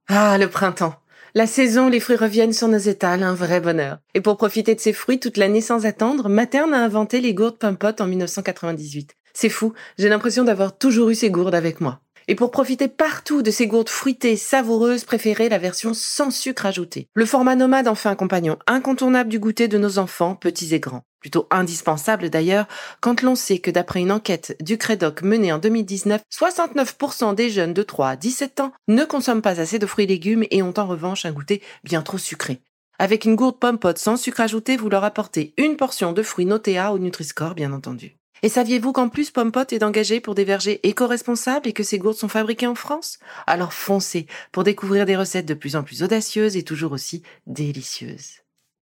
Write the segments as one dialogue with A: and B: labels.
A: Ah, le printemps. La saison où les fruits reviennent sur nos étals, un vrai bonheur. Et pour profiter de ces fruits toute l'année sans attendre, Materne a inventé les gourdes Pumpote en 1998. C'est fou, j'ai l'impression d'avoir toujours eu ces gourdes avec moi. Et pour profiter partout de ces gourdes fruitées, savoureuses, préférez la version sans sucre ajouté. Le format nomade en fait un compagnon incontournable du goûter de nos enfants, petits et grands. Plutôt indispensable d'ailleurs, quand l'on sait que d'après une enquête du Crédoc menée en 2019, 69% des jeunes de 3 à 17 ans ne consomment pas assez de fruits et légumes et ont en revanche un goûter bien trop sucré. Avec une gourde Pumpote sans sucre ajouté, vous leur apportez une portion de fruits notés A au Nutri-Score, bien entendu. Et saviez-vous qu'en plus Pumpote est engagé pour des vergers éco-responsables et que ces gourdes sont fabriquées en France? Alors foncez pour découvrir des recettes de plus en plus audacieuses et toujours aussi délicieuses.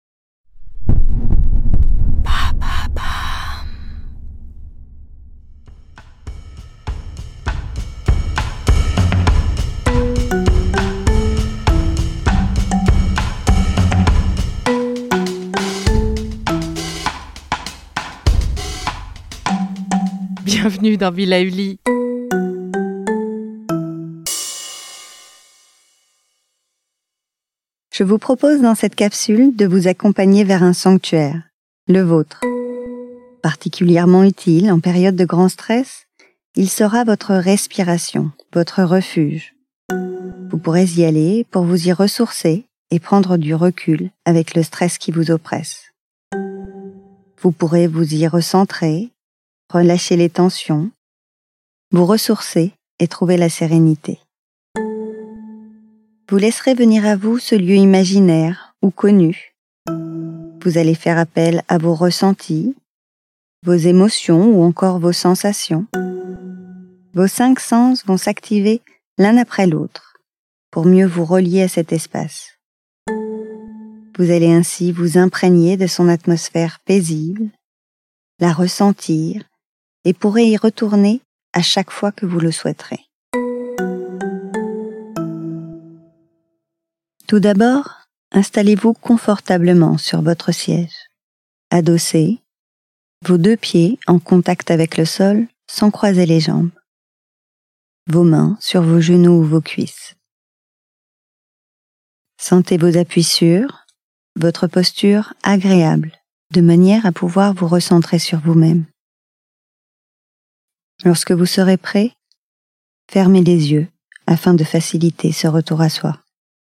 A: Bienvenue dans Villa Uli.
B: Je vous propose dans cette capsule de vous accompagner vers un sanctuaire, le vôtre. Particulièrement utile en période de grand stress, il sera votre respiration, votre refuge. Vous pourrez y aller pour vous y ressourcer et prendre du recul avec le stress qui vous oppresse. Vous pourrez vous y recentrer, relâcher les tensions, vous ressourcer et trouver la sérénité. Vous laisserez venir à vous ce lieu imaginaire ou connu. Vous allez faire appel à vos ressentis, vos émotions ou encore vos sensations. Vos 5 sens vont s'activer l'un après l'autre pour mieux vous relier à cet espace. Vous allez ainsi vous imprégner de son atmosphère paisible, la ressentir et pourrez y retourner à chaque fois que vous le souhaiterez. Tout d'abord, installez-vous confortablement sur votre siège, adossé, vos 2 pieds en contact avec le sol sans croiser les jambes, vos mains sur vos genoux ou vos cuisses. Sentez vos appuis sûrs, votre posture agréable, de manière à pouvoir vous recentrer sur vous-même. Lorsque vous serez prêt, fermez les yeux afin de faciliter ce retour à soi.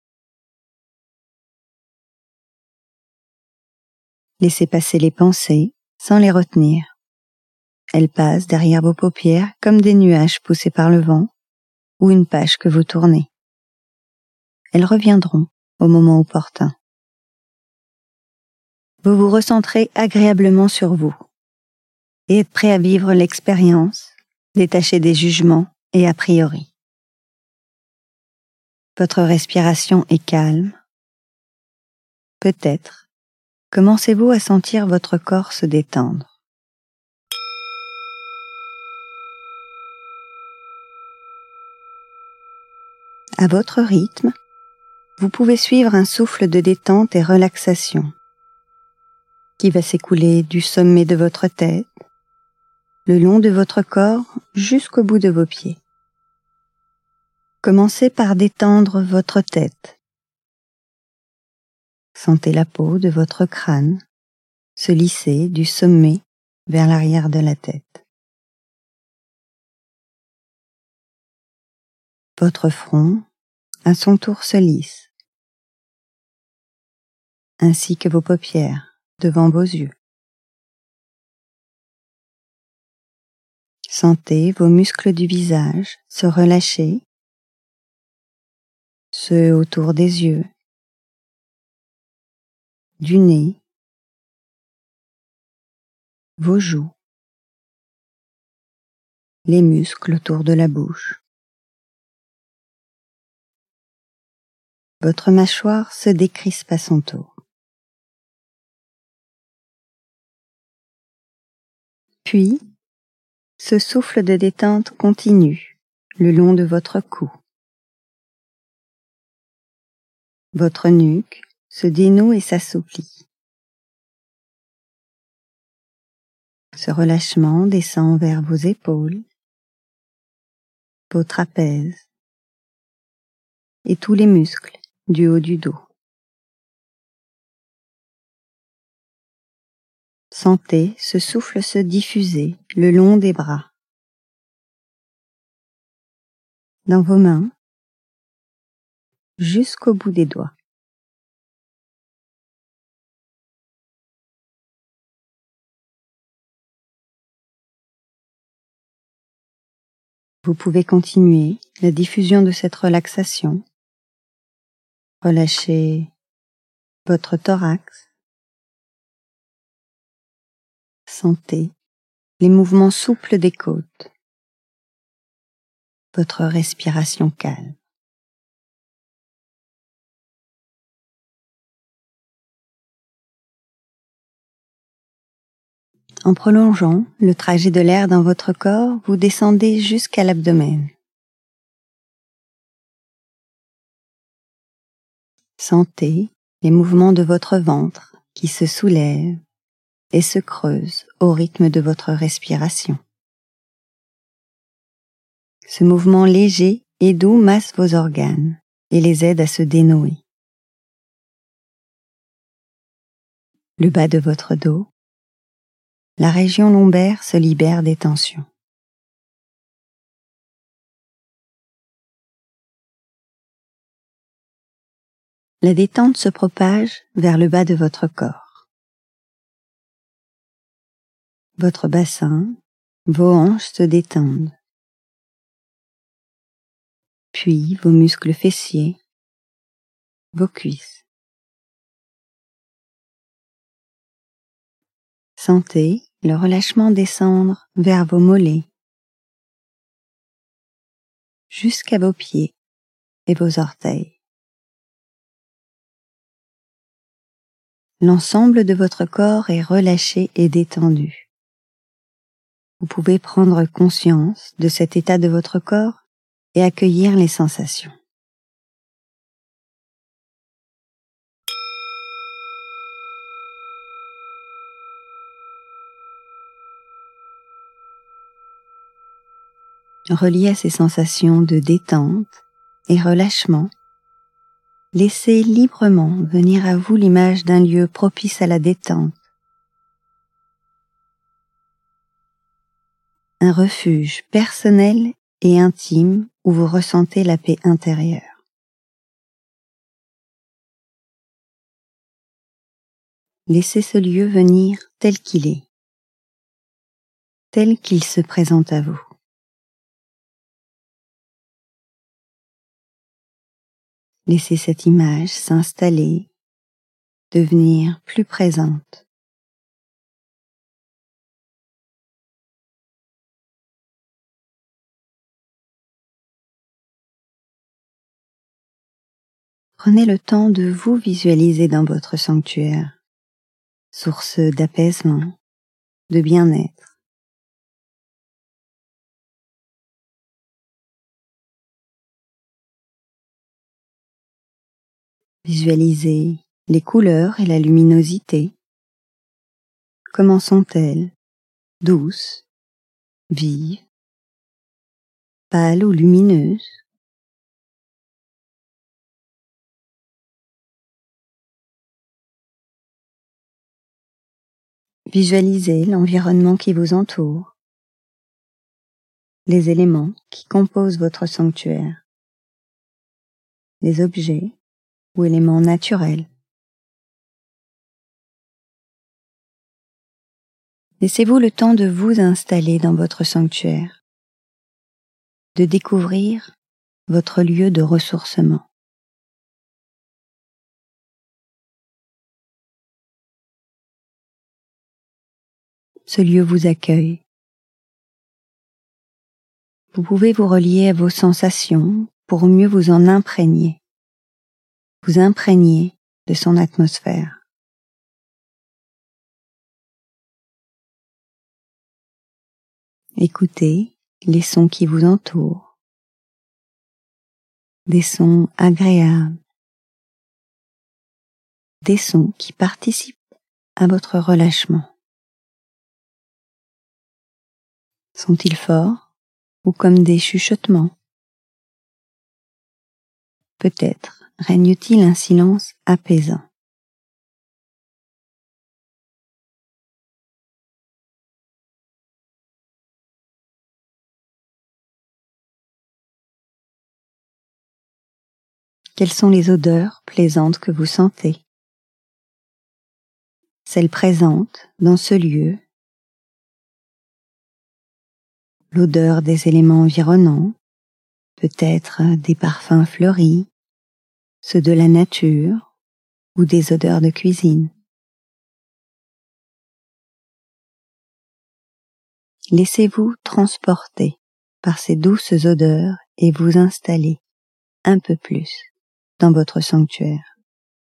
B: Laissez passer les pensées sans les retenir. Elles passent derrière vos paupières comme des nuages poussés par le vent ou une page que vous tournez. Elles reviendront au moment opportun. Vous vous recentrez agréablement sur vous et êtes prêt à vivre l'expérience, détaché des jugements et a priori. Votre respiration est calme. Peut-être commencez-vous à sentir votre corps se détendre. À votre rythme, vous pouvez suivre un souffle de détente et relaxation qui va s'écouler du sommet de votre tête, le long de votre corps jusqu'au bout de vos pieds. Commencez par détendre votre tête. Sentez la peau de votre crâne se lisser du sommet vers l'arrière de la tête. Votre front, à son tour, se lisse, ainsi que vos paupières devant vos yeux. Sentez vos muscles du visage se relâcher, ceux autour des yeux, du nez, vos joues, les muscles autour de la bouche. Votre mâchoire se décrispe à son tour. Puis, ce souffle de détente continue le long de votre cou. Votre nuque se dénoue et s'assouplit. Ce relâchement descend vers vos épaules, vos trapèzes, et tous les muscles du haut du dos. Sentez ce souffle se diffuser le long des bras, dans vos mains, jusqu'au bout des doigts. Vous pouvez continuer la diffusion de cette relaxation. Relâchez votre thorax. Sentez les mouvements souples des côtes. Votre respiration calme. En prolongeant le trajet de l'air dans votre corps, vous descendez jusqu'à l'abdomen. Sentez les mouvements de votre ventre qui se soulèvent et se creusent au rythme de votre respiration. Ce mouvement léger et doux masse vos organes et les aide à se dénouer. Le bas de votre dos, la région lombaire se libère des tensions. La détente se propage vers le bas de votre corps. Votre bassin, vos hanches se détendent. Puis vos muscles fessiers, vos cuisses. Sentez le relâchement descendre vers vos mollets, jusqu'à vos pieds et vos orteils. L'ensemble de votre corps est relâché et détendu. Vous pouvez prendre conscience de cet état de votre corps et accueillir les sensations. Relié à ces sensations de détente et relâchement, laissez librement venir à vous l'image d'un lieu propice à la détente, un refuge personnel et intime où vous ressentez la paix intérieure. Laissez ce lieu venir tel qu'il est, tel qu'il se présente à vous. Laissez cette image s'installer, devenir plus présente. Prenez le temps de vous visualiser dans votre sanctuaire, source d'apaisement, de bien-être. Visualisez les couleurs et la luminosité. Comment sont-elles? Douces, vives, pâles ou lumineuses? Visualisez l'environnement qui vous entoure, les éléments qui composent votre sanctuaire, les objets ou éléments naturels. Laissez-vous le temps de vous installer dans votre sanctuaire, de découvrir votre lieu de ressourcement. Ce lieu vous accueille. Vous pouvez vous relier à vos sensations pour mieux vous en imprégner. Vous imprégner de son atmosphère. Écoutez les sons qui vous entourent. Des sons agréables. Des sons qui participent à votre relâchement. Sont-ils forts ou comme des chuchotements? peut-être règne-t-il un silence apaisant. Quelles sont les odeurs plaisantes que vous sentez? Celles présentes dans ce lieu, l'odeur des éléments environnants, peut-être des parfums fleuris, ceux de la nature ou des odeurs de cuisine. Laissez-vous transporter par ces douces odeurs et vous installer un peu plus dans votre sanctuaire.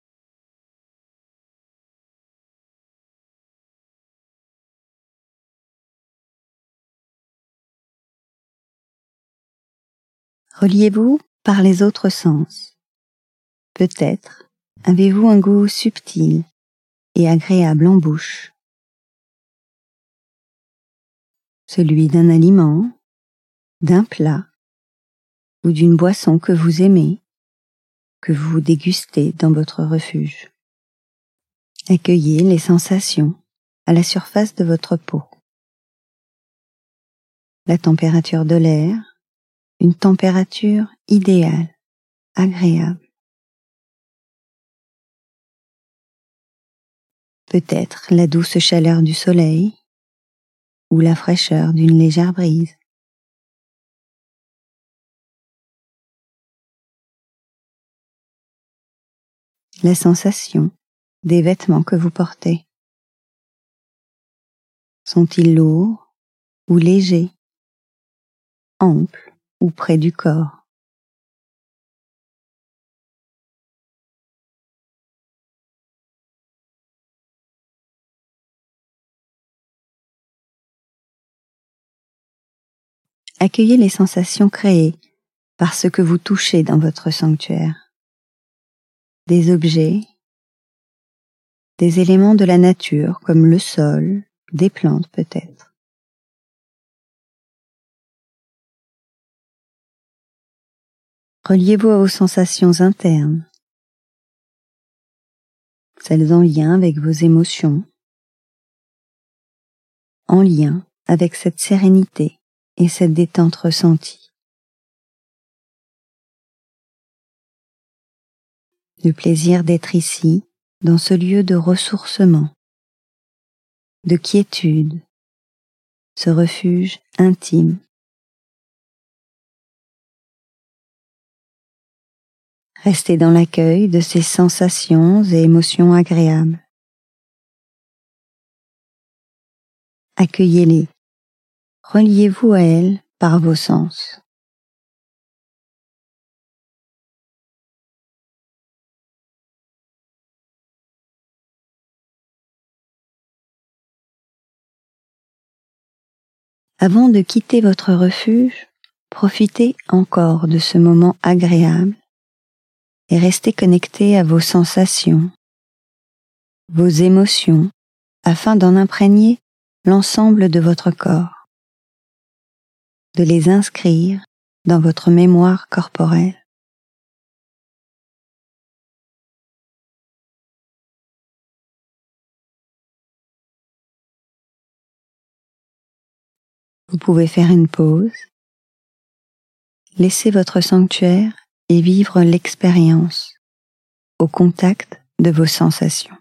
B: Reliez-vous par les autres sens. Peut-être avez-vous un goût subtil et agréable en bouche, celui d'un aliment, d'un plat ou d'une boisson que vous aimez, que vous dégustez dans votre refuge. Accueillez les sensations à la surface de votre peau. La température de l'air, une température idéale, agréable. Peut-être la douce chaleur du soleil ou la fraîcheur d'une légère brise. La sensation des vêtements que vous portez. Sont-ils lourds ou légers, amples ou près du corps? Accueillez les sensations créées par ce que vous touchez dans votre sanctuaire. Des objets, des éléments de la nature comme le sol, des plantes peut-être. Reliez-vous à vos sensations internes, celles en lien avec vos émotions, en lien avec cette sérénité et cette détente ressentie. Le plaisir d'être ici, dans ce lieu de ressourcement, de quiétude, ce refuge intime. Restez dans l'accueil de ces sensations et émotions agréables. Accueillez-les. Reliez-vous à elles par vos sens. Avant de quitter votre refuge, profitez encore de ce moment agréable et restez connecté à vos sensations, vos émotions, afin d'en imprégner l'ensemble de votre corps, de les inscrire dans votre mémoire corporelle. Vous pouvez faire une pause, laisser votre sanctuaire et vivre l'expérience au contact de vos sensations.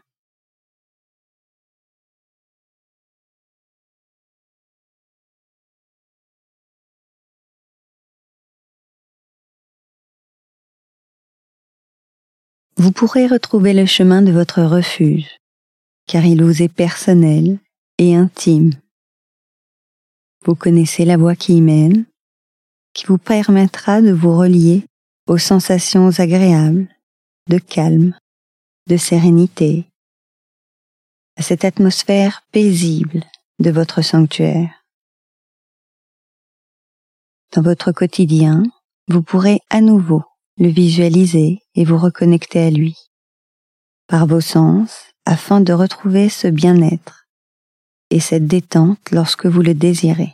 B: Vous pourrez retrouver le chemin de votre refuge, car il vous est personnel et intime. Vous connaissez la voie qui y mène, qui vous permettra de vous relier aux sensations agréables, de calme, de sérénité, à cette atmosphère paisible de votre sanctuaire. Dans votre quotidien, vous pourrez à nouveau le visualiser et vous reconnecter à lui, par vos sens, afin de retrouver ce bien-être et cette détente lorsque vous le désirez.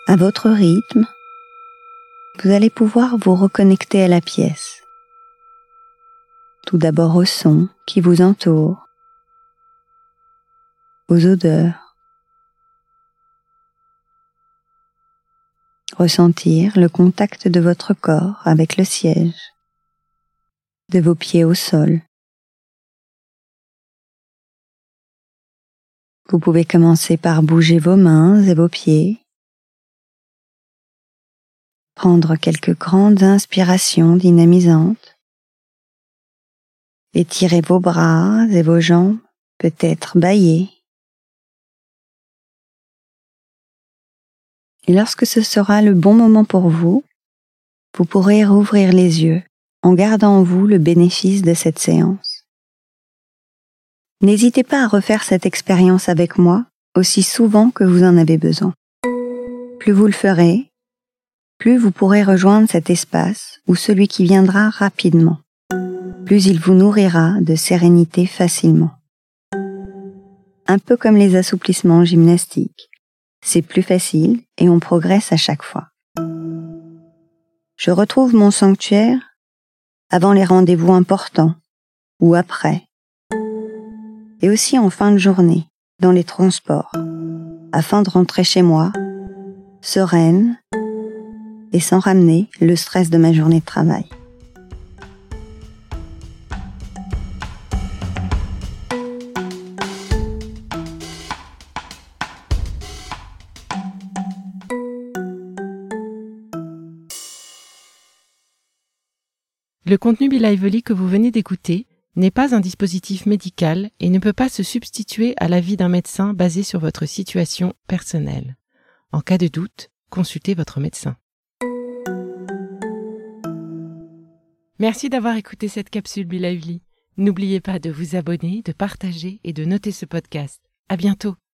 B: À votre rythme, vous allez pouvoir vous reconnecter à la pièce. Tout d'abord aux sons qui vous entourent, aux odeurs. Ressentir le contact de votre corps avec le siège, de vos pieds au sol. Vous pouvez commencer par bouger vos mains et vos pieds. Prendre quelques grandes inspirations dynamisantes. Étirez vos bras et vos jambes, peut-être bâiller. Et lorsque ce sera le bon moment pour vous, vous pourrez rouvrir les yeux en gardant en vous le bénéfice de cette séance. N'hésitez pas à refaire cette expérience avec moi aussi souvent que vous en avez besoin. Plus vous le ferez, plus vous pourrez rejoindre cet espace ou celui qui viendra rapidement. Plus il vous nourrira de sérénité facilement. Un peu comme les assouplissements gymnastiques. C'est plus facile et on progresse à chaque fois. Je retrouve mon sanctuaire avant les rendez-vous importants ou après. Et aussi en fin de journée, dans les transports, afin de rentrer chez moi, sereine et sans ramener le stress de ma journée de travail.
A: Le contenu Be Lively que vous venez d'écouter n'est pas un dispositif médical et ne peut pas se substituer à l'avis d'un médecin basé sur votre situation personnelle. En cas de doute, consultez votre médecin. Merci d'avoir écouté cette capsule Be Lively. N'oubliez pas de vous abonner, de partager et de noter ce podcast. À bientôt.